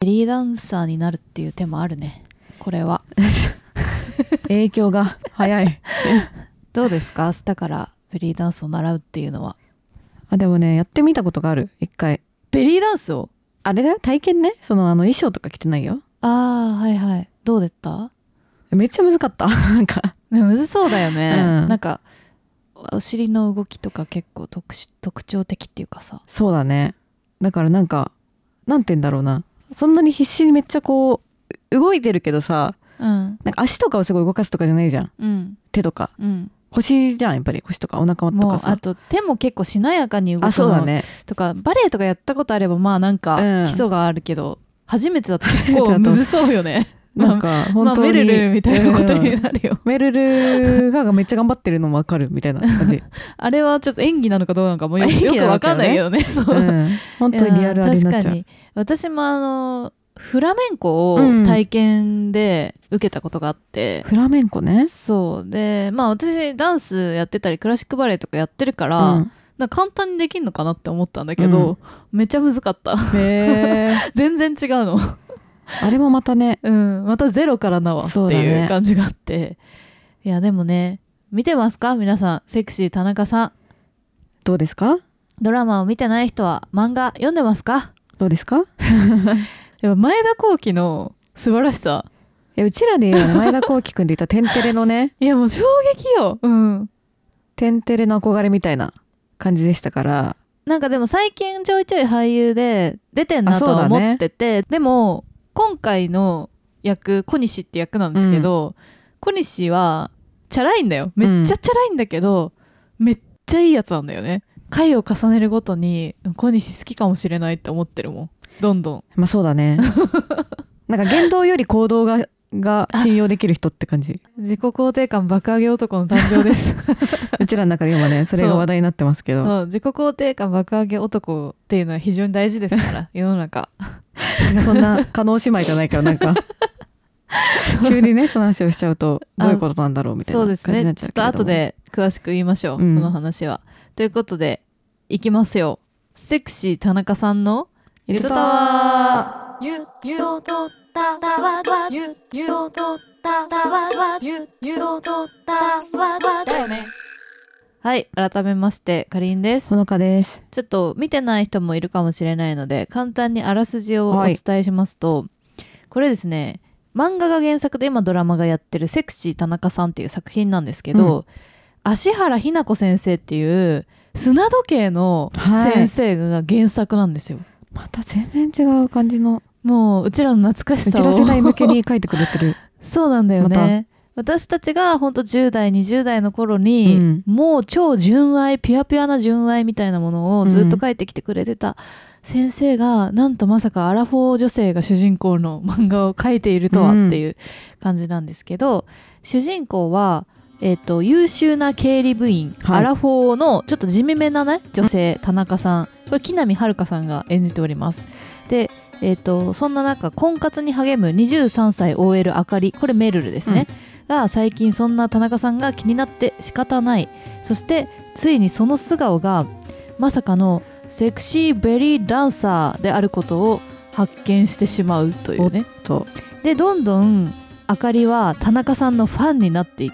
リーダンサーになるっていう手もあるね、これは。 影響が早い。 どうですか、明日からベリーダンスを習うっていうのは。 でもね、やってみたことがある、一回。 ベリーダンスをあれだよ、体験ね。衣装とか着てないよ。 はいはい。どうだった？ めっちゃ難かった。なんかむずそうだよね、なんかお尻の動きとか結構特徴的っていうかさ。 そうだね。だからなんかなんて言うんだろうな、そんなに必死にめっちゃこう動いてるけどさ、なんか足とかをすごい動かすとかじゃないじゃん、手とか、腰じゃん、やっぱり腰とかお腹とかさ。 もうあと手も結構しなやかに動くのそうだねとか、バレエとかやったことあればまあなんか基礎があるけど、初めてだと結構むずそうよね。 なんか本当に、 メルルみたいなことになるよ。 メルルがめっちゃ頑張ってるのもわかるみたいな感じ。 あれはちょっと演技なのかどうなのかもよくわかんないけどね。 本当にリアルあれになっちゃう。 確かに私もフラメンコを体験で受けたことがあって、 フラメンコね。 そうで、私ダンスやってたりクラシックバレエとかやってるから、なんか簡単にできるのかなって思ったんだけど、めっちゃ難かった。全然違うの。 あれもまたね、 またゼロからなわっていう感じがあって、いやでもね、見てますか皆さん、セクシー田中さん。 どうですか？ ドラマを見てない人は漫画読んでますか？ どうですか？ やっぱ前田航基の素晴らしさ。 うちらで言う前田航基くんで言ったテンテレのねいやもう衝撃よ。 テンテレの憧れみたいな感じでしたから。 なんかでも最近ちょいちょい俳優で出てんなとは思ってて、でも今回の役小西って役なんですけど、小西はチャラいんだよ。めっちゃチャラいんだけど、めっちゃいいやつなんだよね。回を重ねるごとに小西好きかもしれないって思ってるもん、どんどん。 そうだね。なんか言動より行動が信用できる人って感じ。 自己肯定感爆上げ男の誕生です。 うちらの中で今ね、それが話題になってますけど。 そう、自己肯定感爆上げ男っていうのは非常に大事ですから世の中。 そんな叶姉妹じゃないからなんか急にねその話をしちゃうとどういうことなんだろうみたいな感じになっちゃうけれども。 そうですね、ちょっと後で詳しく言いましょう、この話は。ということでいきますよ。セクシー田中さんのゆとたわゆとたわゆとたわゆとたわだよね。はい、改めましてかりんです。 ほのかです。 ちょっと見てない人もいるかもしれないので簡単にあらすじをお伝えしますと、これですね、漫画が原作で今ドラマがやってるセクシー田中さんっていう作品なんですけど、芦原日奈子先生っていう砂時計の先生が原作なんですよ。 また全然違う感じの、 もううちらの懐かしさをうちら世代向けに書いてくれてる。 そうなんだよね。私たちがほんと10代20代の頃に、もう超純愛ピュアピュアな純愛みたいなものをずっと書いてきてくれてた先生が、なんとまさかアラフォー女性が主人公の漫画を書いているとはっていう感じなんですけど、主人公は優秀な経理部員、アラフォーのちょっと地味めなね女性、田中さん、これ木南晴夏さんが演じております。で、そんな中婚活に励む23歳 OL あかり、これメルルですね、が最近そんな田中さんが気になって仕方ない。そしてついにその素顔がまさかのセクシーベリーダンサーであることを発見してしまうというね。でどんどんあかりは田中さんのファンになっていって、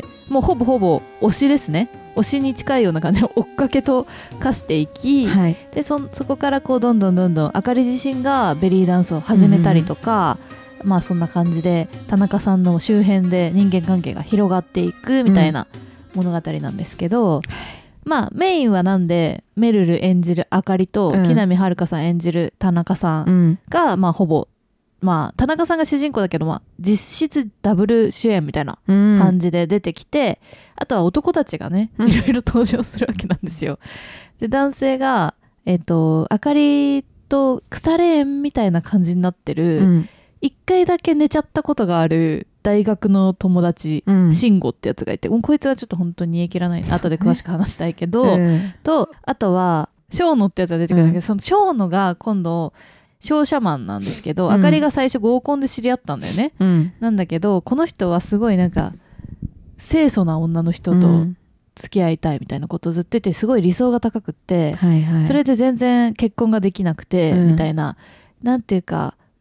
もうほぼ推しですね。推しに近いような感じで追っかけと化していき、で そこからこうどんどんあかり自身がベリーダンスを始めたりとか、そんな感じで田中さんの周辺で人間関係が広がっていくみたいな物語なんですけど、メインはなんでメルル演じるあかりと木南晴夏さん演じる田中さんが、ほぼ田中さんが主人公だけど、実質ダブル主演みたいな感じで出てきて、あとは男たちがね、いろいろ登場するわけなんですよ。で男性があかりと腐れ縁みたいな感じになってる、一回だけ寝ちゃったことがある大学の友達、慎吾ってやつがいて、こいつはちょっと本当に煮え切らない、後で詳しく話したいけど、とあとは小野ってやつが出てくるんだけど、その小野が今度商社マンなんですけど、あかりが最初合コンで知り合ったんだよね、なんだけどこの人はすごいなんか清楚な女の人と付き合いたいみたいなことをずっと言って、すごい理想が高くって、それで全然結婚ができなくて、みたいな、なんていうか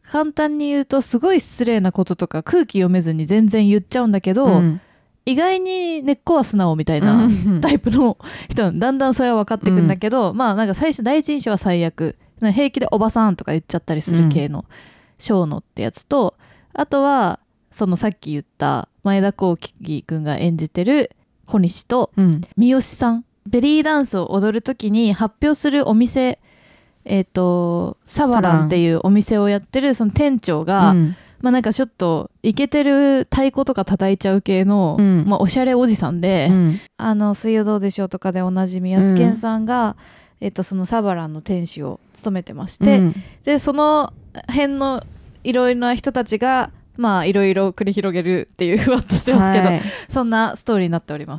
簡単に言うとすごい失礼なこととか空気読めずに全然言っちゃうんだけど、意外に根っこは素直みたいなタイプの人、だんだんそれは分かってくんだけど、まあなんか最初第一印象は最悪、平気でおばさんとか言っちゃったりする系の小野ってやつと、あとはそのさっき言った前田幸輝くんが演じてる小西と、三好さん、ベリーダンスを踊る時に発表するお店、サバランっていうお店をやってるその店長が、まあなんかちょっとイケてる太鼓とか叩いちゃう系の、まあ、おしゃれおじさんで、水曜どうでしょうとかでおなじみやすけんさんが、そのサバランの店主を務めてまして、でその辺のいろいろな人たちがまあいろいろ繰り広げるっていうふわっとしてますけど、そんなストーリーになっております。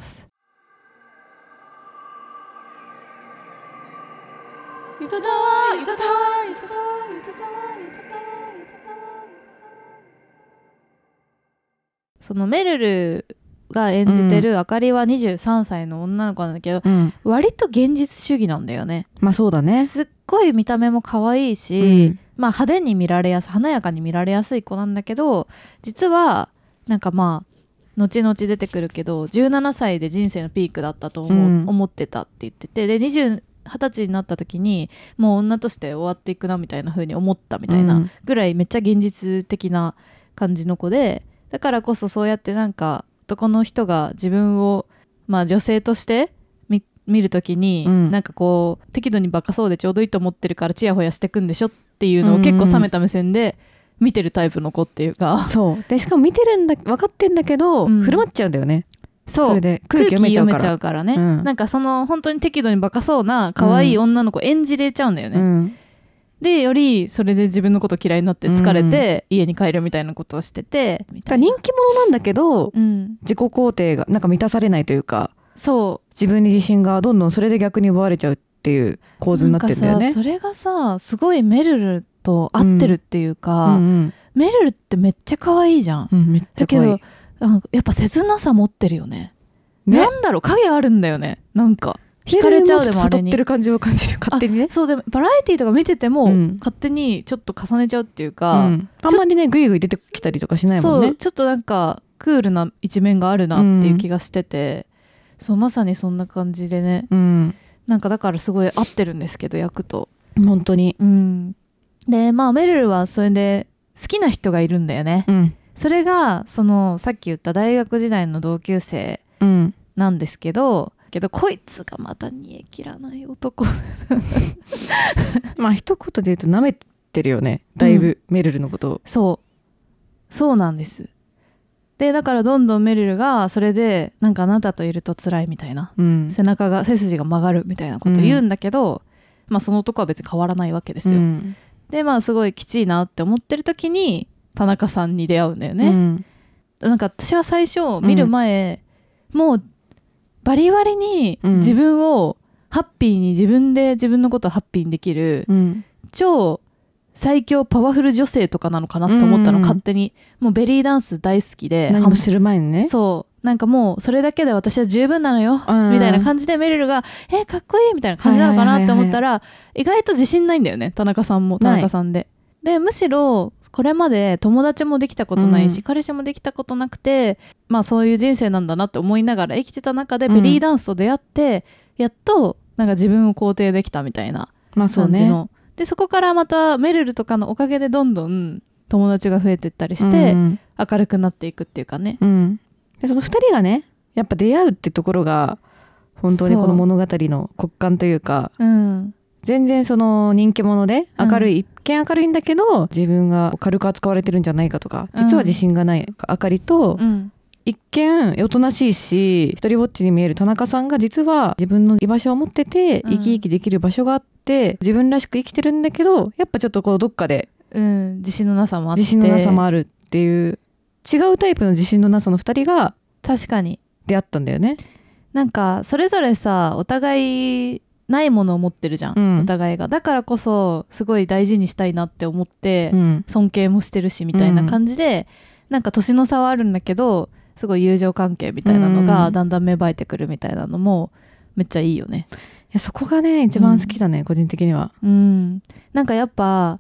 そのメルルが演じてるあかりは23歳の女の子なんだけど、割と現実主義なんだよね。 まあそうだね。 すっごい見た目も可愛いし、まあ派手に見られやすい、華やかに見られやすい子なんだけど、実はなんかまあ後々出てくるけど17歳で人生のピークだったと思ってたって言ってて、で20歳になった時にもう女として終わっていくなみたいな風に思ったみたいなぐらいめっちゃ現実的な感じの子で、だからこそそうやってなんか男の人が自分をまあ女性として見るときに、なんかこう適度にバカそうでちょうどいいと思ってるからチヤホヤしてくんでしょっていうのを結構冷めた目線で見てるタイプの子っていうか、 そうでしかも見てるんだ分かってんだけど、振る舞っちゃうんだよね。 そう、 それで空気読めちゃうからね、なんかその本当に適度にバカそうな可愛い女の子演じれちゃうんだよね、でよりそれで自分のこと嫌いになって疲れて家に帰るみたいなことをしてて、 人気者なんだけど、自己肯定がなんか満たされないというか、 そう自分に自信がどんどんそれで逆に奪われちゃうっていう構図になってるんだよね。 なんかさ、それがさすごいメルルと合ってるっていうか、メルルってめっちゃ可愛いじゃん、 めっちゃ可愛い。 だけどやっぱ切なさ持ってるよね。なんだろう、影あるんだよね。なんか惹かれちゃう。でもあれに悟ってる感じを感じる、勝手にね。 そうでもバラエティとか見てても、勝手にちょっと重ねちゃうっていうか、 あんまりねグイグイ出てきたりとかしないもんね。 そうちょっとなんかクールな一面があるなっていう気がしてて、そうまさにそんな感じでね、なんかだからすごい合ってるんですけど役と本当に、 でまあメルルはそれで好きな人がいるんだよね、それがそのさっき言った大学時代の同級生なんですけど、こいつがまた煮え切らない男まあ一言で言うと舐めてるよね、だいぶ、メルルのことを。 そうなんです。でだからどんどんメルルがそれでなんかあなたといると辛いみたいな、背筋が曲がるみたいなこと言うんだけど、まあその男は別に変わらないわけですよ、でまあすごいきちいなって思ってる時に田中さんに出会うんだよね、なんか私は最初見る前、もうバリバリに自分をハッピーに、自分で自分のことをハッピーにできる、超最強パワフル女性とかなのかなと思ったの、勝手に。もうベリーダンス大好きで、 何も知る前にね。 そうなんかもうそれだけで私は十分なのよ、みたいな感じでメルルがかっこいいみたいな感じなのかなって思ったら、意外と自信ないんだよね、田中さんも田中さんで。でむしろこれまで友達もできたことないし、彼氏もできたことなくて、まあそういう人生なんだなって思いながら生きてた中でベリーダンスと出会って、やっとなんか自分を肯定できたみたいな感じの、でそこからまたメルルとかのおかげでどんどん友達が増えていったりして、明るくなっていくっていうかね、 でその2人がねやっぱ出会うってところが本当にこの物語の骨幹というか、全然その人気者で明るい、一見明るいんだけど自分が軽く扱われてるんじゃないかとか、実は自信がないあかりと、一見おとなしいし一人ぼっちに見える田中さんが実は自分の居場所を持ってて、生き生きできる場所があって自分らしく生きてるんだけど、やっぱちょっとこうどっかで、 自信のなさもあって、 自信のなさもあるっていう違うタイプの自信のなさの2人が確かに出会ったんだよね。 なんかそれぞれさお互いないものを持ってるじゃん、お互いが。だからこそすごい大事にしたいなって思って、尊敬もしてるしみたいな感じで、なんか年の差はあるんだけどすごい友情関係みたいなのがだんだん芽生えてくるみたいなのもめっちゃいいよね。 いやそこがね一番好きだね、個人的には。 なんかやっぱ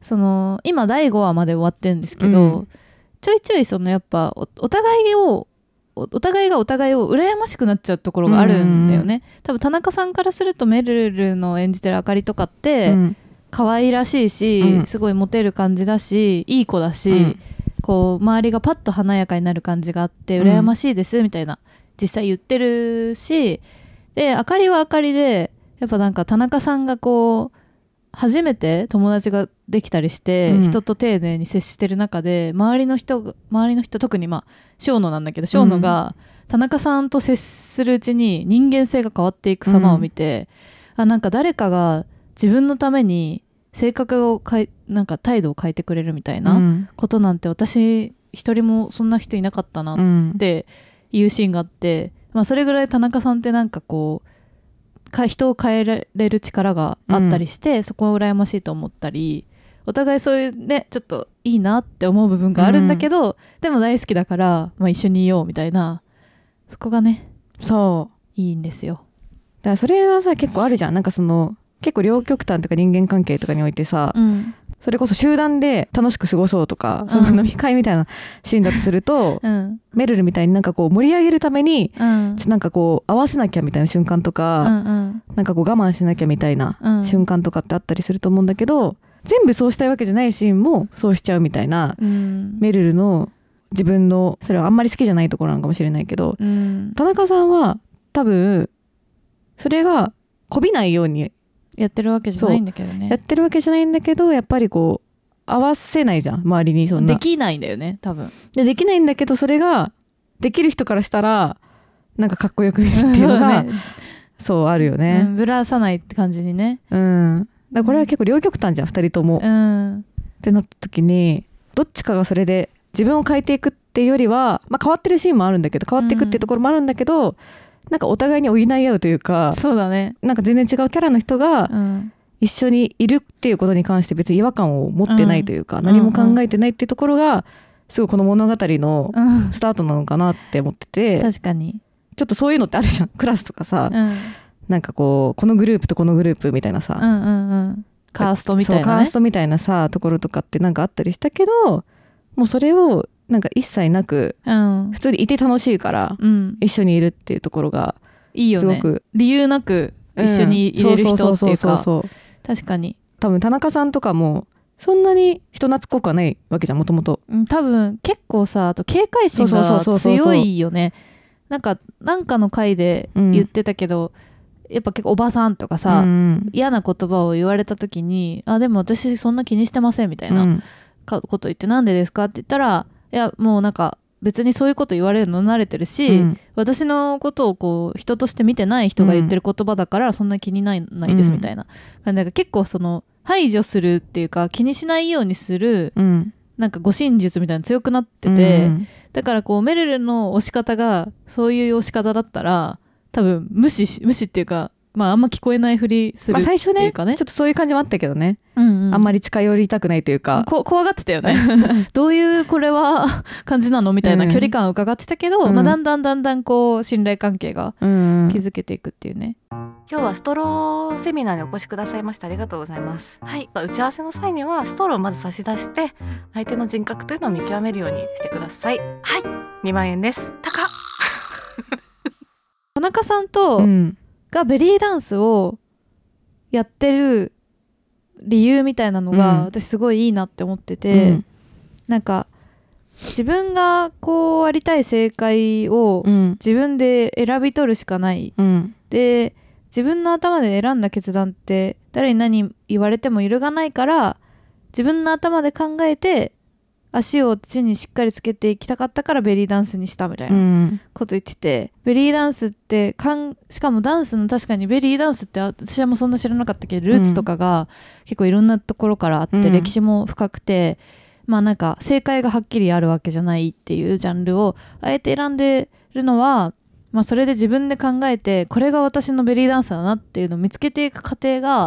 その今第5話まで終わってるんですけど、ちょいちょいそのやっぱお互いがお互いを羨ましくなっちゃうところがあるんだよね。多分田中さんからするとメルルの演じてるあかりとかって可愛らしいし、すごいモテる感じだしいい子だし、こう周りがパッと華やかになる感じがあって羨ましいですみたいな実際言ってるし、であかりはあかりでやっぱなんか田中さんがこう初めて友達ができたりして、人と丁寧に接してる中で周りの人特に生野なんだけど、生野が田中さんと接するうちに人間性が変わっていく様を見て、なんか誰かが自分のために性格をなんか態度を変えてくれるみたいなことなんて私一人もそんな人いなかったなっていうシーンがあって、それぐらい田中さんってなんかこう人を変えられる力があったりして、そこを羨ましいと思ったり、お互いそういうねちょっといいなって思う部分があるんだけど、でも大好きだから、一緒にいようみたいな、そこがねそういいんですよ。 だからそれはさ結構あるじゃん。なんかその結構両極端とか人間関係とかにおいてさ、それこそ集団で楽しく過ごそうとか、その飲み会みたいなシーンだとすると、メルルみたいになんかこう盛り上げるために、なんかこう合わせなきゃみたいな瞬間とか、なんかこう我慢しなきゃみたいな瞬間とかってあったりすると思うんだけど、全部そうしたいわけじゃないシーンもそうしちゃうみたいな、メルルの自分のそれはあんまり好きじゃないところなのかもしれないけど、田中さんは多分それがこびないようにやってるわけじゃないんだけどね。 やってるわけじゃないんだけど、やっぱりこう合わせないじゃん、周りに。そんなできないんだよね多分。 できないんだけど、それができる人からしたらなんかかっこよく見えるっていうのがそうあるよね、 ぶらさないって感じにね。 だからこれは結構両極端じゃん、2人とも、ってなった時にどっちかがそれで自分を変えていくっていうよりは、変わってるシーンもあるんだけど、変わっていくっていうところもあるんだけど、なんかお互いに補い合うというか、 そうだね、 なんか全然違うキャラの人が一緒にいるっていうことに関して別に違和感を持ってないというか、何も考えてないっていうところがすごいこの物語のスタートなのかなって思ってて、 確かにちょっとそういうのってあるじゃん、クラスとかさ、なんかこうこのグループとこのグループみたいなさ、 カーストみたいなね、 そうカーストみたいなさところとかってなんかあったりしたけど、もうそれをなんか一切なく、普通にいて楽しいから、一緒にいるっていうところがいいよね。理由なく一緒にいれる人っていうか、確かに多分田中さんとかもそんなに人懐っこくはないわけじゃん、もともと。 多分結構さ、あと警戒心が強いよね。なんかの回で言ってたけど、やっぱ結構おばさんとかさ、嫌な言葉を言われた時に、でも私そんな気にしてませんみたいなこと言って、なんでですかって言ったら、いやもうなんか別にそういうこと言われるの慣れてるし、私のことをこう人として見てない人が言ってる言葉だからそんな気にないですみたいな感じで、結構その排除するっていうか気にしないようにする、なんか護身術みたいなの強くなってて、だからこうメルルの推し方がそういう推し方だったら多分無視っていうか、あんま聞こえないふりするっていうかね、 最初ねちょっとそういう感じもあったけどね、あんまり近寄りたくないというか、 怖がってたよねどういうこれは感じなのみたいな距離感を伺ってたけど、だんだんこう信頼関係が築けていくっていうね。 今日はストローセミナーにお越しくださいましてありがとうございます。はい、打ち合わせの際にはストローをまず差し出して相手の人格というのを見極めるようにしてください。はい、2万円です。高っ田中さんと、がベリーダンスをやってる理由みたいなのが、私すごいいいなって思ってて、なんか自分がこうありたい正解を自分で選び取るしかない、で自分の頭で選んだ決断って誰に何言われても揺るがないから、自分の頭で考えて足を地にしっかりつけていきたかったからベリーダンスにしたみたいなこと言ってて、ベリーダンスってしかもダンスの、確かにベリーダンスって私はもうそんな知らなかったけどルーツとかが結構いろんなところからあって、歴史も深くて、なんか正解がはっきりあるわけじゃないっていうジャンルをあえて選んでるのは、それで自分で考えてこれが私のベリーダンスだなっていうのを見つけていく過程が、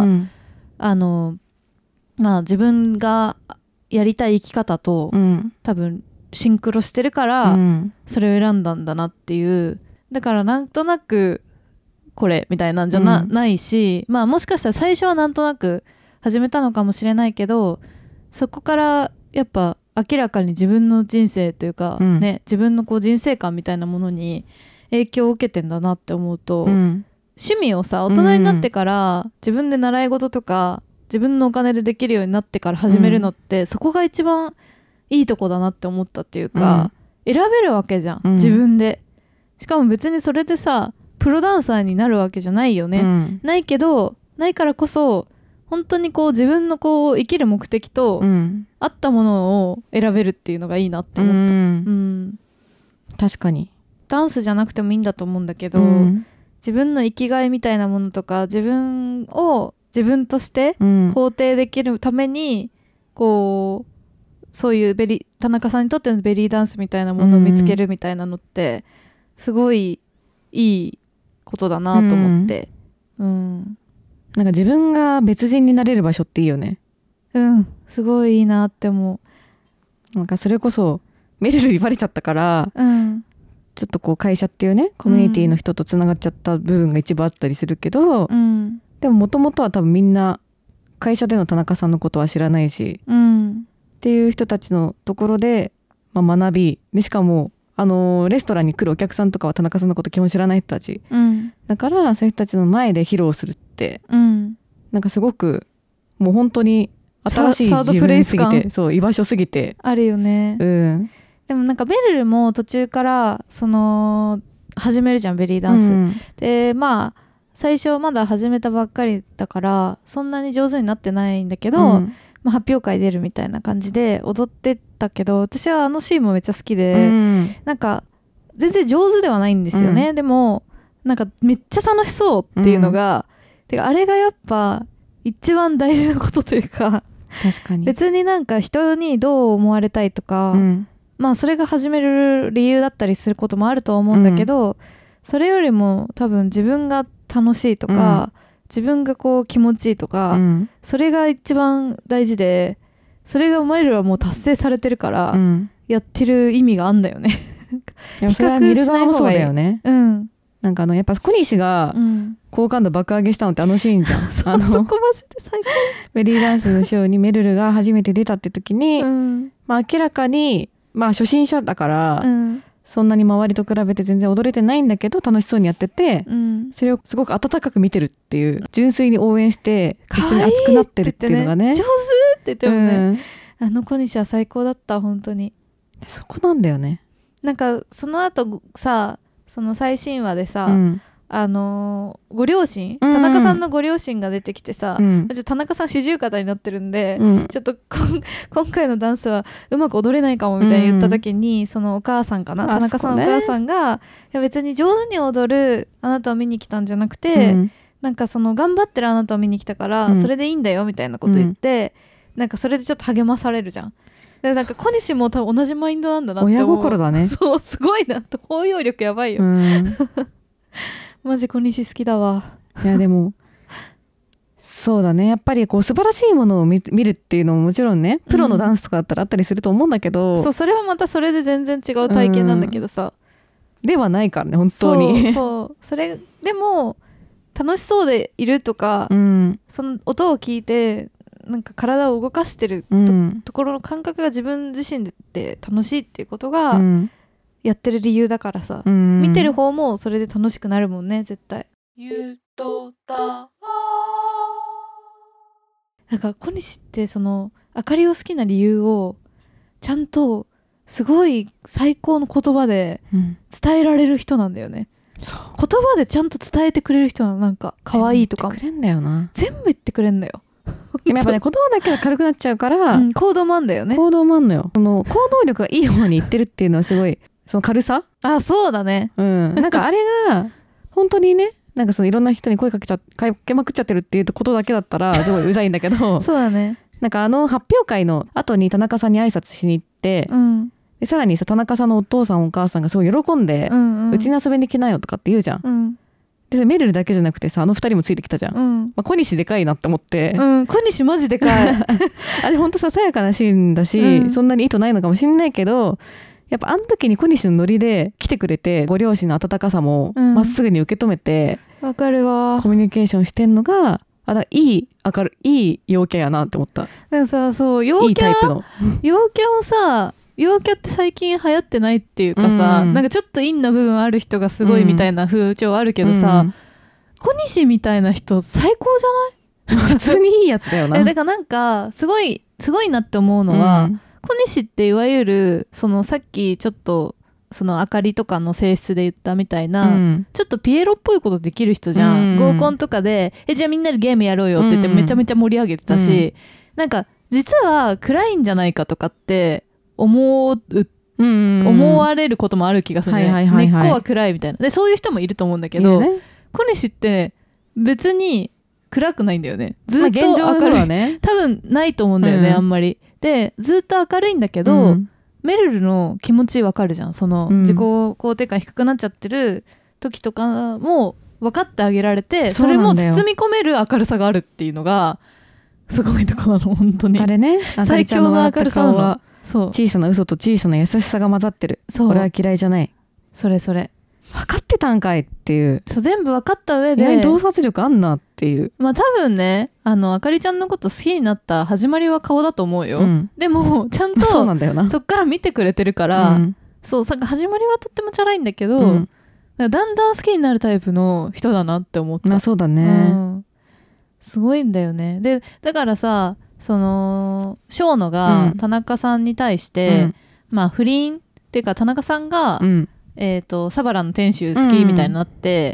自分がやりたい生き方と、多分シンクロしてるから、それを選んだんだなっていう。だからなんとなくこれみたいなんじゃないし、もしかしたら最初はなんとなく始めたのかもしれないけど、 そこからやっぱ明らかに自分の人生というか、ね、自分のこう人生観みたいなものに影響を受けてんだなって思うと、趣味をさ大人になってから自分で習い事とか自分のお金でできるようになってから始めるのって、そこが一番いいとこだなって思ったっていうか、選べるわけじゃん、自分で。しかも別にそれでさプロダンサーになるわけじゃないよね、ないけどないからこそ本当にこう自分のこう生きる目的と合ったものを選べるっていうのがいいなって思った、 確かにダンスじゃなくてもいいんだと思うんだけど、自分の生きがいみたいなものとか自分を自分として肯定できるために、こうそういう田中さんにとってのベリーダンスみたいなものを見つけるみたいなのってすごいいいことだなと思って、 なんか自分が別人になれる場所っていいよね。 すごいいいなって思う。なんかそれこそメルルにバレちゃったから、ちょっとこう会社っていうねコミュニティの人とつながっちゃった部分が一部あったりするけど、でももともとは多分みんな会社での田中さんのことは知らないし、っていう人たちのところで、学びで、しかもレストランに来るお客さんとかは田中さんのこと基本知らない人たち、だからそういう人たちの前で披露するって、なんかすごくもう本当に新しい自分すぎて、そう居場所すぎてあるよね。でもなんかメルルも途中から始めるじゃんベリーダンス、で最初まだ始めたばっかりだからそんなに上手になってないんだけど、発表会出るみたいな感じで踊ってたけど、私はシーンもめっちゃ好きで、なんか全然上手ではないんですよね、でもなんかめっちゃ楽しそうっていうのが、てかあれがやっぱ一番大事なことというか、 確かに別になんか人にどう思われたいとか、それが始める理由だったりすることもあると思うんだけど、それよりも多分自分が楽しいとか、自分がこう気持ちいいとか、それが一番大事で、それがメルルはもう達成されてるから、やってる意味があんだよね比較しない方がいいよね。なんかやっぱ小西が好感度爆上げしたのってシーンじゃんそこマジで最高。 ベリーダンスのショーにメルルが初めて出たって時に、明らかに初心者だから、そんなに周りと比べて全然踊れてないんだけど楽しそうにやってて、それをすごく温かく見てるっていう、純粋に応援して一緒に熱くなってるっていうのがね、 上手って言ってもね、小西は最高だった。本当にそこなんだよね。 なんかその後さ、その最新話でさ、ご両親、田中さんのご両親が出てきてさ、田中さん四十肩になってるんで、ちょっと今回のダンスはうまく踊れないかもみたいに言った時に、そのお母さんかな、田中さんのお母さんが、いや別に上手に踊るあなたを見に来たんじゃなくて、なんかその頑張ってるあなたを見に来たから、それでいいんだよみたいなこと言って、なんかそれでちょっと励まされるじゃん。でなんか小西も多分同じマインドなんだなって思う。 親心だね。 そうすごいなと、包容力やばいよ。マジ小西好きだわ。 いやでもそうだね、やっぱりこう素晴らしいものを見るっていうのももちろんね、プロのダンスとかだったらあったりすると思うんだけど、 それはまたそれで全然違う体験なんだけどさ、 ではないからね本当に。 それでも楽しそうでいるとか、その音を聞いてなんか体を動かしてる ところの感覚が自分自身で楽しいっていうことがやってる理由だからさ、見てる方もそれで楽しくなるもんね絶対。なんか小西ってそのあかりを好きな理由をちゃんとすごい最高の言葉で伝えられる人なんだよね。言葉でちゃんと伝えてくれる人なの。なんか可愛いとかも全部言ってくれんだよな。 全部言ってくれんだよ。 でもやっぱね言葉だけは軽くなっちゃうから、 行動もあんだよね。 行動もあんのよ。その行動力がいい方にいってるっていうのはすごいその軽さ。 そうだね。 なんかあれが本当にね、なんかそのいろんな人に声かけまくっちゃってるっていうことだけだったらすごいうざいんだけどそうだね。 なんか発表会の後に田中さんに挨拶しに行って、でさらにさ田中さんのお父さんお母さんがすごい喜んで、うちに遊びに来なよとかって言うじゃん。でメルルだけじゃなくてさ二人もついてきたじゃん。小西でかいなって思って、 小西マジでかいあれほんとささやかなシーンだし、そんなに意図ないのかもしれないけど、やっぱあの時に小西のノリで来てくれて、ご両親の温かさもまっすぐに受け止めて、 わかるわ、 コミュニケーションしてんのがいい陽キャやなって思った。 なんかさ、そう陽キャ、いいタイプの陽キャをさ、陽キャって最近流行ってないっていうかさ、なんかちょっと陰な部分ある人がすごいみたいな風潮あるけどさ、小西みたいな人最高じゃない？ 普通にいいやつだよな。 だからなんかすごいなって思うのは、小西っていわゆるそのさっきちょっとそのあかりとかの性質で言ったみたいな、ちょっとピエロっぽいことできる人じゃん、合コンとかでじゃあみんなでゲームやろうよって言ってめちゃめちゃ盛り上げてたし、なんか実は暗いんじゃないかとかって思われることもある気がするね、根っこは暗いみたいなで、そういう人もいると思うんだけど、小西って別に暗くないんだよね。ずっと明るい、ね、多分ないと思うんだよね、あんまり。でずっと明るいんだけど、メルルの気持ちわかるじゃん。その、自己肯定感低くなっちゃってる時とかも分かってあげられて、それも包み込める明るさがあるっていうのがすごいとこなの、本当に。 あれね、 最強の明るさなの。 そう、小さな嘘と小さな優しさが混ざってる。俺は嫌いじゃない。 それ分かってたんかいっていう。 そう、全部分かった上で、 意外に洞察力あんなっていう。 まあ多分ね、あかりちゃんのこと好きになった始まりは顔だと思うよ、でもちゃんとそうなんだよな。 そっから見てくれてるから、そう、なんか始まりはとってもチャラいんだけど、だんだん好きになるタイプの人だなって思った。 まあそうだね、 すごいんだよね。でだからさ、その生野が田中さんに対して、まあ不倫っていうか田中さんが、サバラの店主好きみたいになって、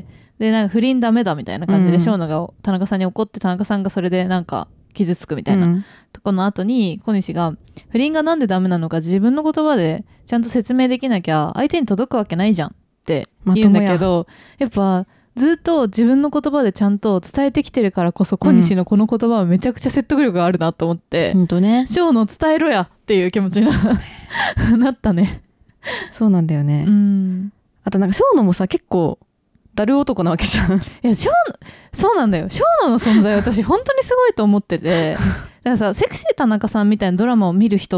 でなんか不倫ダメだみたいな感じで生野が田中さんに怒って、田中さんがそれでなんか傷つくみたいな、とこの後に小西が不倫がなんでダメなのか自分の言葉でちゃんと説明できなきゃ相手に届くわけないじゃんって言うんだけど、やっぱずっと自分の言葉でちゃんと伝えてきてるからこそ、小西のこの言葉はめちゃくちゃ説得力があるなと思って、生野伝えろやっていう気持ちになったね。 そうなんだよね、あとなんか生野もさ結構だる男なわけじゃん。いやそうなんだよ。生野の存在私本当にすごいと思っててだからさ、セクシー田中さんみたいなドラマを見る人って、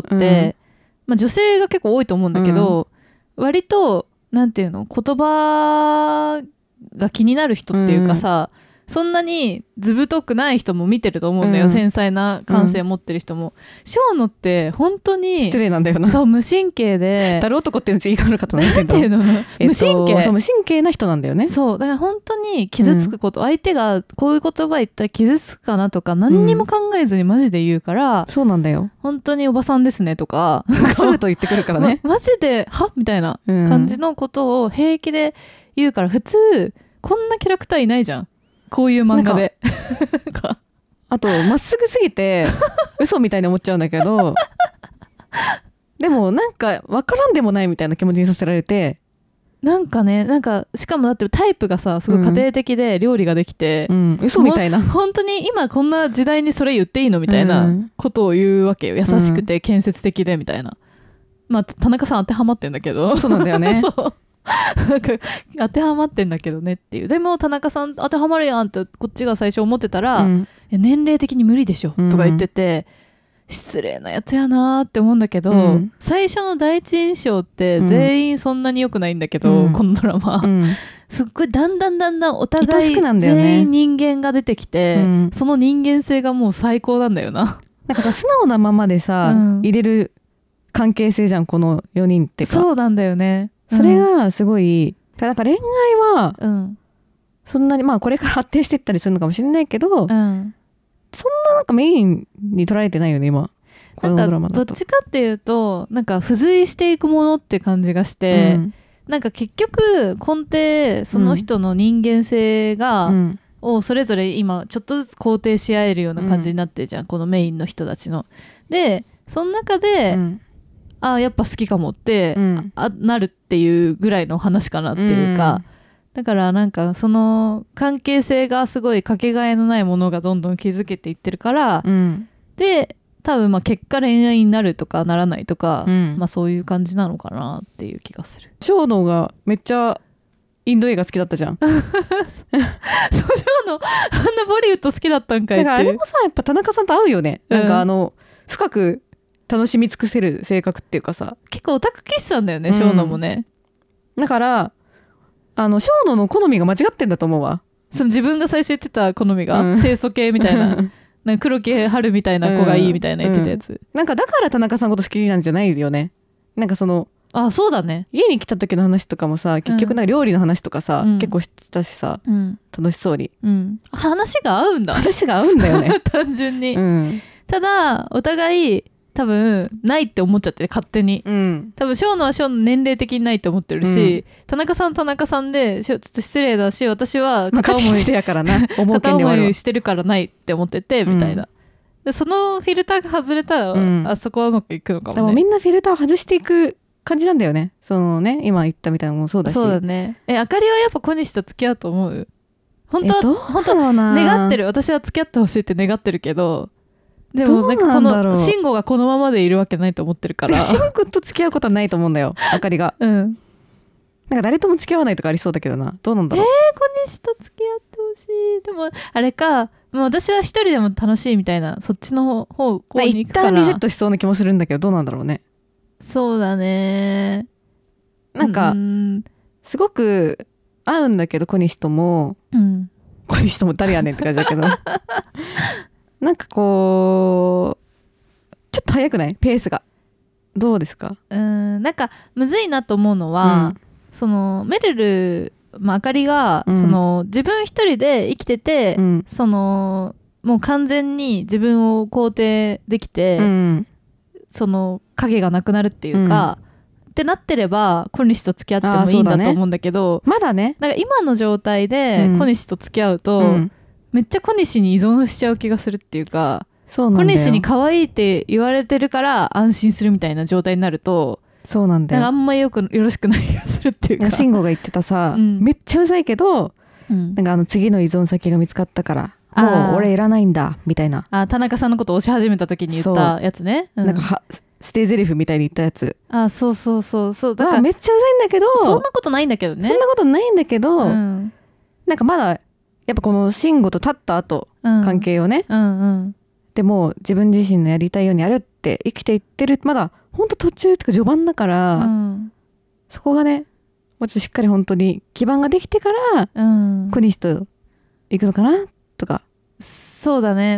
まあ、女性が結構多いと思うんだけど、割となんていうの、言葉が気になる人っていうかさ、そんなに図太くない人も見てると思うんだよ、繊細な感性持ってる人も。生野って本当に失礼なんだよな。 そう、無神経で、 だる男っていうの言い方の方なんていうの、無神経、 そう、無神経な人なんだよね。 そうだから本当に傷つくこと、相手がこういう言葉言ったら傷つくかなとか何にも考えずにマジで言うから、 そうなんだよ。 本当におばさんですねとかまっすぐと言ってくるからね、 マジではみたいな感じのことを平気で言うから、普通こんなキャラクターいないじゃん、こういう漫画で。 あとまっすぐすぎて嘘みたいに思っちゃうんだけどでもなんか分からんでもないみたいな気持ちにさせられて、 なんかね、なんかしかもだってタイプがさすごい家庭的で料理ができて、 嘘みたいな、 本当に今こんな時代にそれ言っていいのみたいなことを言うわけよ。優しくて建設的でみたいな、まあ田中さん当てはまってんだけど。 そうなんだよねそうなんか当てはまってんだけどねっていう。でも田中さん当てはまるやんってこっちが最初思ってたら、年齢的に無理でしょとか言ってて、失礼なやつやなって思うんだけど、最初の第一印象って全員そんなに良くないんだけど、このドラマ、すっごいだんだんお互い全員人間が出てきて、その人間性がもう最高なんだよな。 なんかさ、素直なままでさ、入れる関係性じゃんこの4人ってか。 そうなんだよね。 それがすごい、なんか恋愛はそんなに、まあこれから発展していったりするのかもしれないけど、そんななんかメインに取られてないよね今。 なんかどっちかっていうとなんか付随していくものって感じがして、なんか結局根底その人の人間性が、をそれぞれ今ちょっとずつ肯定し合えるような感じになってるじゃん、このメインの人たちの。でその中で、あやっぱ好きかもって、なるっていうぐらいの話かなっていうか、だからなんかその関係性がすごいかけがえのないものがどんどん築けていってるから、で多分まあ結果恋愛になるとかならないとか、まあそういう感じなのかなっていう気がする。 長野がめっちゃインド映画好きだったじゃん。そう、長野あんなボリウッド好きだったんかいっていう。 だからあれもさやっぱ田中さんと合うよね、なんか深く楽しみ尽くせる性格っていうかさ、 結構オタク気質なんだよね、長野もね。 だから長野の好みが間違ってんだと思うわ。 その自分が最初言ってた好みが、清楚系みたいななんか黒木春みたいな子がいいみたいな言ってたやつ、 なんかだから田中さんのこと好きなんじゃないよね。なんかそのそうだね、 家に来た時の話とかもさ、結局なんか料理の話とかさ、結構してたしさ、楽しそうに、 話が合うんだよね単純に、ただお互い多分ないって思っちゃって勝手に、多分生野は生野年齢的にないって思ってるし、田中さんでちょっと失礼だし、私は片思いしてるからないって思っててみたいな、でそのフィルターが外れたら、あそこはうまくいくのかもね。 でもみんなフィルターを外していく感じなんだよね。そのね、今言ったみたいなのもそうだし。 そうだね。あかりはやっぱ小西と付き合うと思う？本当は願ってる。私は付き合ってほしいって願ってるけど、でもなんかこの慎吾がこのままでいるわけないと思ってるから。 慎吾と付き合うことはないと思うんだよ、あかりが。なんか誰とも付き合わないとかありそうだけどな。どうなんだろう。 小西と付き合ってほしい。でもあれか、もう私は一人でも楽しいみたいな、そっちの方向に行くから。 一旦リセットしそうな気もするんだけど、どうなんだろうね。 そうだね。 なんかすごく合うんだけど、小西とも、小西とも誰やねんって感じだけどなんかこうちょっと早くない？ペースがどうですか？ なんかむずいなと思うのは、そのメルル、あかりが、その自分一人で生きてて、そのもう完全に自分を肯定できて、その影がなくなるっていうか、ってなってれば小西と付き合ってもいいんだと思うんだけど、 まだね、 なんか今の状態で小西と付き合うと、めっちゃ小西に依存しちゃう気がするっていうか、小西に可愛いって言われてるから安心するみたいな状態になると、 そうなんだよ。 なんかあんまりよろしくない気がするっていうか、 慎吾が言ってたさ、めっちゃうざいけど、なんか次の依存先が見つかったからもう俺いらないんだみたいな、 田中さんのことを推し始めた時に言ったやつね、 なんか捨て台詞みたいに言ったやつ、 そうだからめっちゃうざいんだけど、 そんなことないんだけどね、 そんなことないんだけど、なんかまだやっぱこの慎吾と立った後、関係をね、でも自分自身のやりたいようにやるって生きていってる、まだほんと途中ってか序盤だから、そこがねもうちょっとしっかり本当に基盤ができてから、小西と行くのかなとか。 そうだね。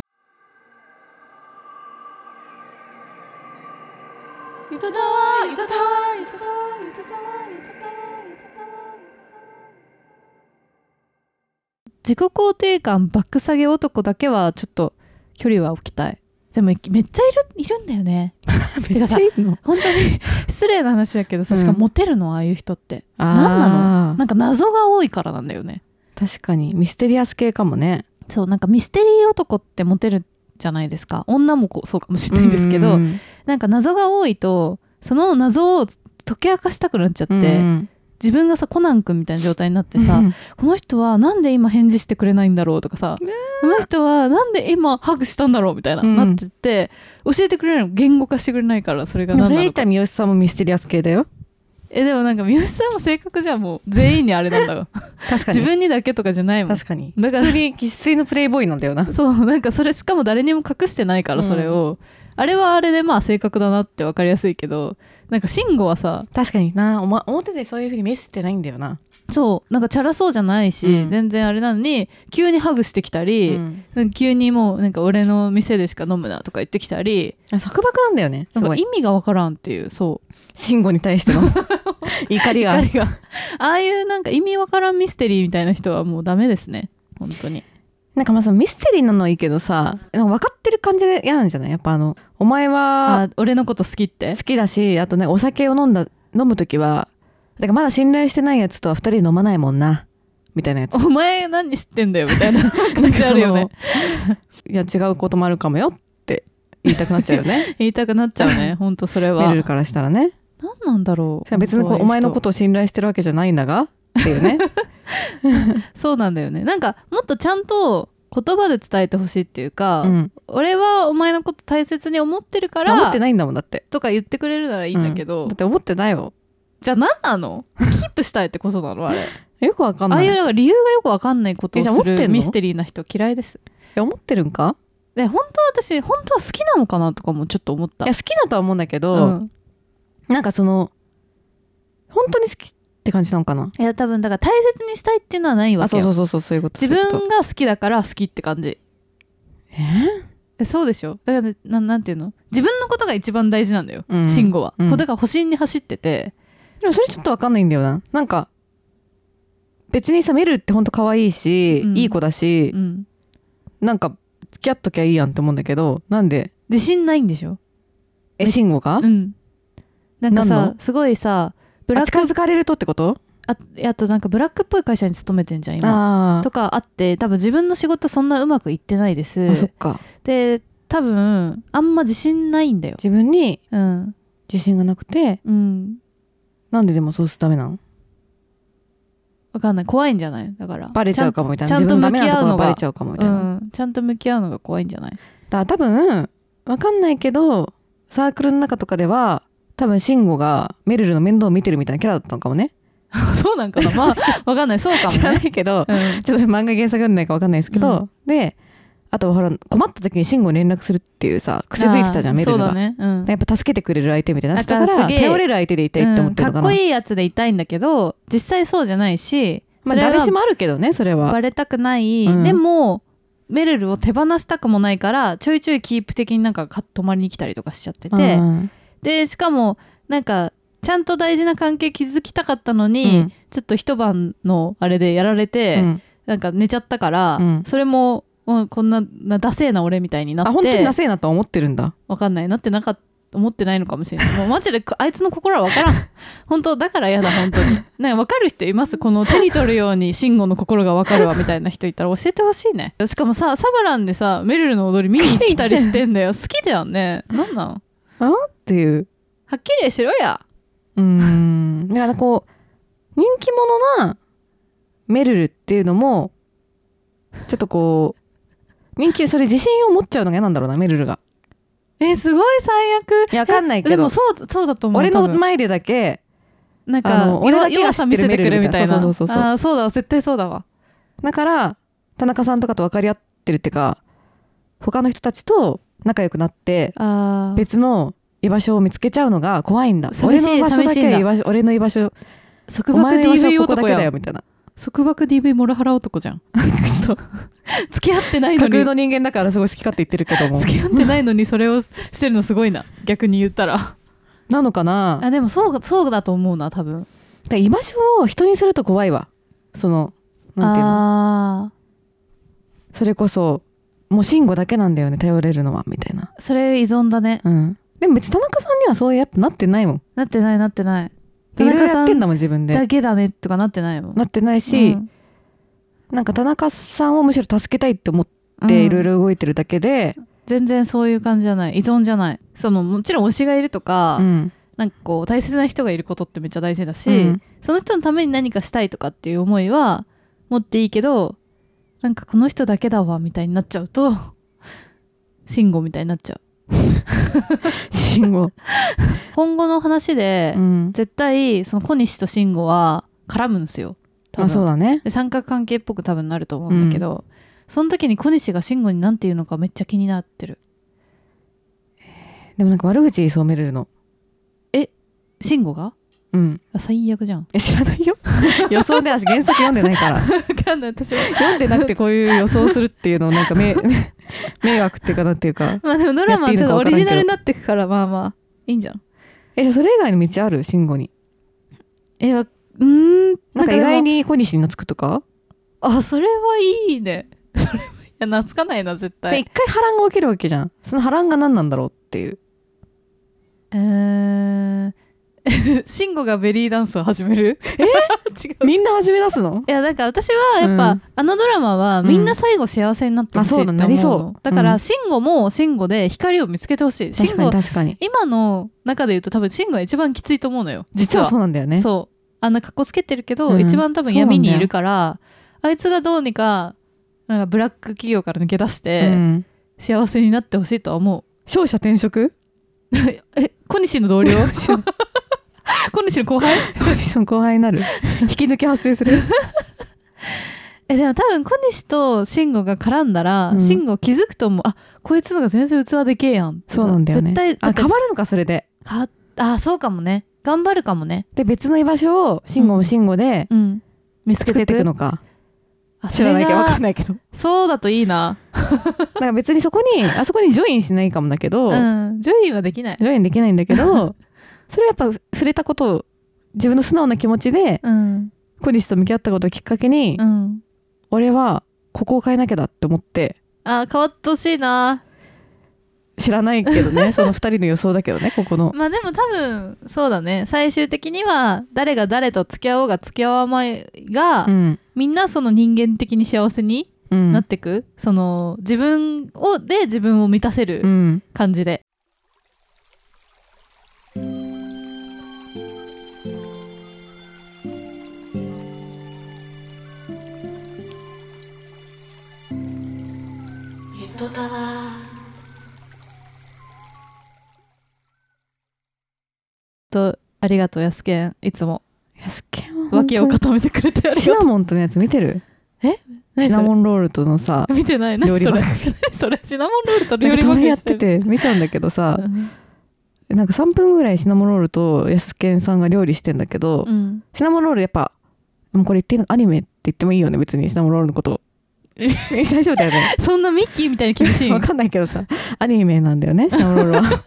自己肯定感バック下げ男だけはちょっと距離は置きたい。でもめっちゃいるんだよねめっちゃいるの？ 本当に失礼な話だけどさ、しかもモテるのああいう人って何なの？なんか謎が多いからなんだよね。 確かにミステリアス系かもね。 そう、なんかミステリー男ってモテるじゃないですか。女もそうかもしれないんですけど、なんか謎が多いとその謎を解き明かしたくなっちゃって、自分がさコナン君みたいな状態になってさ、この人はなんで今返事してくれないんだろうとかさ、この人はなんで今ハグしたんだろうみたいな、なってって教えてくれないの、言語化してくれないから、それが何なのか。それ言ったら三好さんもミステリアス系だよ。 でもなんか三好さんも性格じゃもう全員にあれなんだよ確かに自分にだけとかじゃないもん。 確かにだから普通に生粋のプレイボーイなんだよな。 そうなんかそれしかも誰にも隠してないからそれを、あれはあれでまあ性格だなって分かりやすいけど、なんか慎吾はさ確かにな、表でそういう風に見せてないんだよな。 そうなんかチャラそうじゃないし、全然あれなのに急にハグしてきたり、急にもうなんか俺の店でしか飲むなとか言ってきたり、 束縛なんだよね。 なんか意味が分からんっていう、そう慎吾に対しての怒りがああいうなんか意味わからんミステリーみたいな人はもうダメですね本当に。 なんかまあそのミステリーなのはいいけどさ、なんか分かってる感じが嫌なんじゃない？やっぱお前は俺のこと好きって好きだし、あとねお酒を飲む時はだからまだ信頼してないやつとは2人飲まないもんなみたいなやつ。 お前何知ってんだよみたいな感じあるよねいや違うこともあるかもよって言いたくなっちゃうよね言いたくなっちゃうね本当それは。 メルルからしたらね、 何なんだろう。 別にお前のことを信頼してるわけじゃないんだがっていうねそうなんだよね。なんかもっとちゃんと言葉で伝えてほしいっていうか、俺はお前のこと大切に思ってるから思ってないんだもんだってとか言ってくれるならいいんだけど、 だって思ってないよ。 じゃあ何なのキープしたいってことなのあれよくわかんない。 ああいうなんか理由がよくわかんないことをするミステリーな人嫌いです。 思ってるんか？ で本当は好きなのかなとかもちょっと思った。 いや好きだとは思うんだけど、なんかその本当に好きっって感じなのかな。 いや多分だから大切にしたいっていうのはないわけよ。 そういうこと。 自分が好きだから好きって感じ。そうでしょ。だからなんていうの、自分のことが一番大事なんだよ、慎吾は。だから保身に走ってて。 でもそれちょっと分かんないんだよな。なんか別にさ、メルってほんと可愛いし、いい子だし、なんか付き合っときゃいいやんって思うんだけど、なんで自信ないんでしょ。 慎吾が？ なんかさ、すごいさ、 近づかれるとってこと？ あとなんかブラックっぽい会社に勤めてんじゃん今とかあって、多分自分の仕事そんなうまくいってないです。 そっか。 で多分あんま自信ないんだよ、 自分に。自信がなくて、なんででもそうするとダメなの？ わかんない。怖いんじゃない？だからバレちゃうかもみたいな。 ちゃんと向き合うのがバレちゃうかもみたいな、 ちゃんと向き合うのが怖いんじゃない？ だから多分わかんないけど、サークルの中とかでは多分慎吾がめるるの面倒を見てるみたいなキャラだったのかもね。 そうなんかな。まあわかんない、そうかもね。 知らないけど、ちょっと漫画原作読んでないかわかんないですけど、であとほら困った時に慎吾に連絡するっていうさ癖づいてたじゃん、メルルが。そうだね、やっぱ助けてくれる相手みたいになってたから、頼れる相手でいたいって思ってるのかな。 かっこいいやつでいたいんだけど実際そうじゃないし、 まあ誰しもあるけどね、それはバレたくない、でもメルルを手放したくもないからちょいちょいキープ的になんか泊まりに来たりとかしちゃってて、でしかもなんかちゃんと大事な関係築きたかったのに、ちょっと一晩のあれでやられて、なんか寝ちゃったから、それもこんなダセーな俺みたいになって。 本当にダセーなと思ってるんだ。 わかんない、なってなかった、思ってないのかもしれない。もうマジであいつの心はわからん。本当だからやだ、本当に。なんか分かる人います？この手に取るように慎吾の心がわかるわみたいな人いたら教えてほしいね。しかもさ、サバランでさメルルの踊り見に来たりしてんだよ。好きだよね。なんなんっていう。 はっきりしろや。 だからこう人気者なメルルっていうのもちょっとこうそれ自信を持っちゃうのが嫌なんだろうな、メルルが。 すごい最悪。 いや、わかんないけど、 でもそうだと思う。 俺の前でだけなんか俺だけ弱さ見せてくるみたいな。そうだ、絶対そうだわ。 だから田中さんとかと分かり合ってるっていうか、他の人たちと仲良くなって別の居場所を見つけちゃうのが怖いんだ。俺の居場所だけ俺の居場所、 束縛 DV 男だよみたいな。 束縛 DV モラハラ男じゃん。付き合ってないのに。 架空の人間だからすごい好き勝手言ってるけども、 付き合ってないのにそれをしてるのすごいな、逆に言ったら。 なのかな。 でもそうだと思うな、多分。 居場所を人にすると怖いわ。そのなんていうの、それこそもう慎吾だけなんだよね、頼れるのはみたいな。 それ依存だね。 でも別に田中さんにはそうやってなってないもん。 なってない。 田中さん自分でだけだねとかなってないもん。 なってないし、なんか田中さんをむしろ助けたいって思っていろいろ動いてるだけで、 全然そういう感じじゃない。依存じゃない。もちろん推しがいるとか、なんかこう大切な人がいることってめっちゃ大事だし、その人のために何かしたいとかっていう思いは持っていいけど、なんかこの人だけだわみたいになっちゃうと慎吾みたいになっちゃう。 慎吾今後の話で、絶対その小西と慎吾は絡むんですよ。 そうだね。 で三角関係っぽく多分なると思うんだけど、その時に小西が慎吾に何て言うのかめっちゃ気になってる。 でもなんか悪口言いそう、めるの。 慎吾が？最悪じゃん。 知らないよ。予想で、私原作読んでないから。 分かんない、私は読んでなくてこういう予想するっていうのをなんか迷惑っていうかなんていうか。 まあでもドラマはちょっとオリジナルになってくから、まあまあいいんじゃん。 じゃあそれ以外の道ある？慎吾に。 なんか意外に小西に懐くとか？ それはいいね。それはいや懐かないな絶対。 一回波乱が起きるわけじゃん。その波乱が何なんだろうっていう。 慎吾がベリーダンスを始める？ 違う。みんな始め出すの？ いやなんか私はやっぱ、あのドラマはみんな最後幸せになってほしいって思うの。だから慎吾も慎吾で光を見つけてほしい。 確かに。 今の中で言うと多分慎吾が一番きついと思うのよ。 実はそうなんだよね。 そう。かっこつけてるけど、一番多分闇にいるから、あいつがどうにかなんかブラック企業から抜け出して、幸せになってほしいとは思う。 勝者転職？ 小西の同僚？小西の後輩？ 小西の後輩になる。引き抜き発生する。 でも多分小西と慎吾が絡んだら、慎吾気づくと思う。こいつのが全然器でけえやん。 そうなんだよね。 絶対変わるのかそれで。 そうかもね。 頑張るかもね。 で別の居場所を慎吾も慎吾で見つけていくのか、知らないけど分かんないけど、 そうだといいな。 なんか別にそこにジョインしないかもだけど、 ジョインはできない。 ジョインできないんだけどそれやっぱ触れたことを自分の素直な気持ちで、小西と向き合ったことをきっかけに、俺はここを変えなきゃだって思って。 変わってほしいな。 知らないけどねその2人の予想だけどねここの。 まあでも多分そうだね、最終的には誰が誰と付き合おうが付き合わないが、みんなその人間的に幸せになってく、その自分を満たせる感じで、ゆとたわと、ありがとうやすけん、いつもやすけん脇を固めてくれてありがとう。 シナモンとのやつ見てる？シナモンロールとのさ、 見てない。 料理番組それシナモンロールと料理番組やってて見ちゃうんだけどさなんか3分ぐらいシナモンロールとやすけんさんが料理してんだけど、シナモンロールやっぱもうこれ言ってアニメって言ってもいいよね別にシナモンロールのこと大丈夫だよねそんなミッキーみたいに厳しいわかんないけどさアニメなんだよねシナモンロールは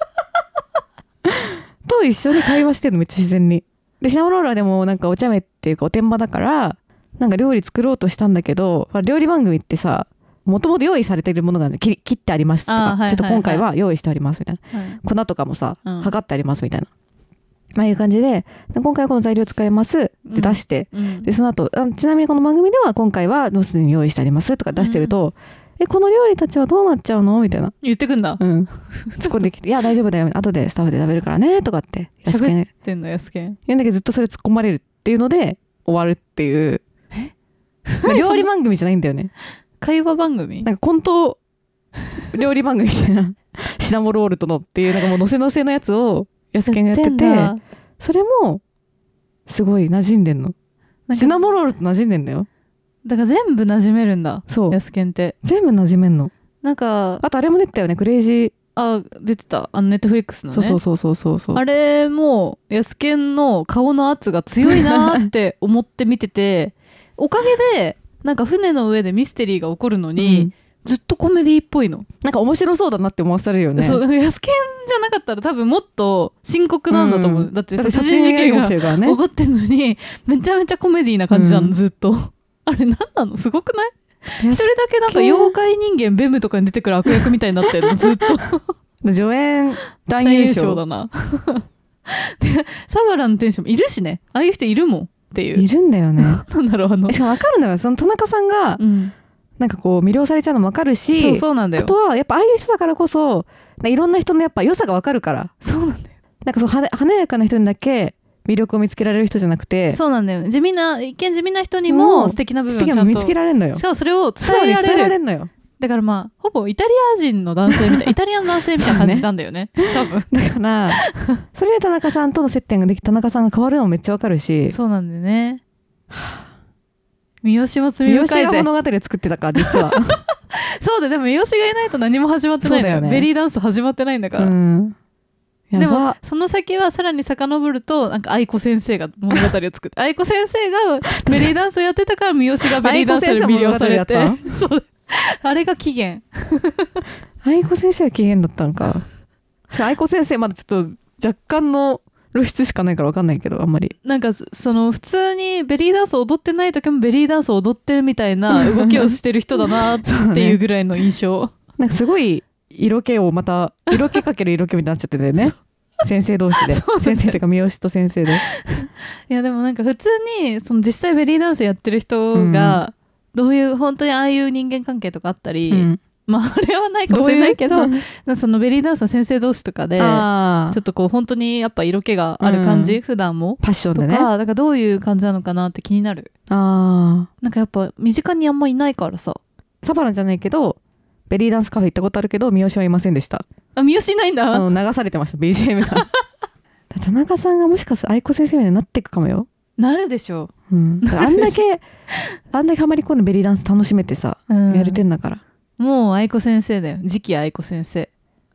と一緒に会話してるのめっちゃ自然に。でシナモンロールはでもなんかお茶目っていうかおてんばだからなんか料理作ろうとしたんだけど、料理番組ってさもともと用意されているものが切ってありますとか、ちょっと今回は用意してありますみたいな、粉とかもさ、測ってありますみたいな、ああいう感じで今回はこの材料使いますって出して、でその後ちなみにこの番組では今回はもうすでに用意してありますとか出してると、この料理たちはどうなっちゃうのみたいな言ってくんだ。 突っ込んできていや大丈夫だよ後でスタッフで食べるからねとかって喋ってんのやすけん言うんだけど、ずっとそれ突っ込まれるっていうので終わるっていう料理番組じゃないんだよね。 会話番組なんかコント料理番組みたいなシナモロールとのっていうなんかもうのせのせのやつをやすけんがやってて、それもすごい馴染んでんの。シナモロールと馴染んでんだよ。 だから全部馴染めるんだ。 そうやすけんって全部馴染めんの。 なんかあとあれも出てたよね、クレイジー。 出てたネットフリックスのね。 そうあれもやすけんの顔の圧が強いなって思って見てておかげでなんか船の上でミステリーが起こるのに、ずっとコメディっぽいの。 なんか面白そうだなって思わされるよね。 そうやすけんじゃなかったら多分もっと深刻なんだと思う、だって殺人事件が起こってんのにめちゃめちゃコメディな感じなの、ずっとあれ何なの、すごくない？一人だけなんか妖怪人間ベムとかに出てくる悪役みたいになってるのずっと助演男優賞だなでサバラの天使もいるしね、ああいう人いるもんっていう。 いるんだよねなんだろうしかも分かるのよ、その田中さんが、なんかこう魅了されちゃうのも分かるし、 そうなんだよ。 あとはやっぱああいう人だからこそいろんな人のやっぱ良さが分かるから。 そうなんだよ。 なんかそう華やかな人にだけ魅力を見つけられる人じゃなくて、 そうなんだよね、一見地味な人にも素敵な部分をちゃんと見つけられるのよ。 しかもそれを伝えられるのよ。 だからまあほぼイタリア人の男性みたいイタリアの男性みたいな感じなんだよね多分だからそれで田中さんとの接点ができて田中さんが変わるのもめっちゃわかるし。 そうなんだよね。三好も罪深いぜ。 三好が物語を作ってたか実はそうでも三好がいないと何も始まってないんだよね。ベリーダンス始まってないんだから、でもその先はさらに遡るとなんか愛子先生が物語を作って愛子先生がベリーダンスをやってたから三好がベリーダンスで魅了されてそうあれが起源愛子先生は起源だったのか愛子先生まだちょっと若干の露出しかないから分かんないけど、あんまりなんかその普通にベリーダンスを踊ってない時もベリーダンスを踊ってるみたいな動きをしてる人だなっていうぐらいの印象なんかすごい色気をまた色気かける色気みたいになっちゃっててね先生同士で先生というか三好と先生でいやでもなんか普通にその実際ベリーダンスやってる人がどういう本当にああいう人間関係とかあったり、まああれはないかもしれないけどそのベリーダンスの先生同士とかでちょっとこう本当にやっぱ色気がある感じ、普段もパッションでねとか、だからどういう感じなのかなって気になる。なんかやっぱ身近にあんまいないからさ。 サバラじゃないけどベリーダンスカフェ行ったことあるけど三好はいませんでした。 三好いないんだ。 流されてました BGM が田中さんがもしかしたら愛子先生みたいになっていくかもよ。 なるでしょう、あんだけハマり込んでベリーダンス楽しめてさ、やれてんだから。 もう愛子先生だよ、次期愛子先生。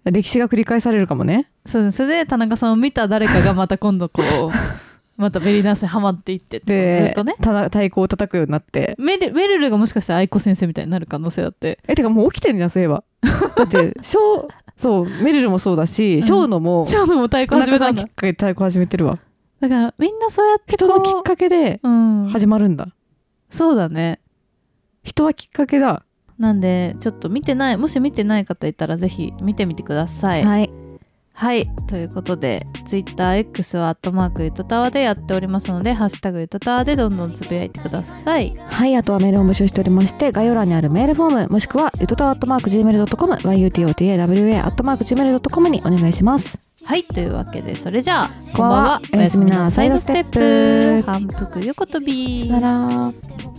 歴史が繰り返されるかもね。 そうです。それで田中さんを見た誰かがまた今度こうまたベリーダンスにハマっていってでずっとね太鼓を叩くようになって、 メルルがもしかしたら愛子先生みたいになる可能性だって。 てかもう起きてるじゃんそういえばだってそうメルルもそうだし、ショーノも太鼓始めたんだ。 きっかけで太鼓始めてるわ。 だからみんなそうやって人のきっかけで始まるんだ、 そうだね。 人はきっかけだ。 なんでちょっともし見てない方いたらぜひ見てみてください。はい、ということで TwitterX は@ゆとたわでやっておりますので、ハッシュタグゆとたわでどんどんつぶやいてください。 はい、あとはメールを募集しておりまして、概要欄にあるメールフォームもしくはゆとたわ@gmail.com yutotawa@gmail.com にお願いします。 はい、というわけでそれじゃあこんばんは、おやすみなサイドステップ反復横跳び。 さよなら。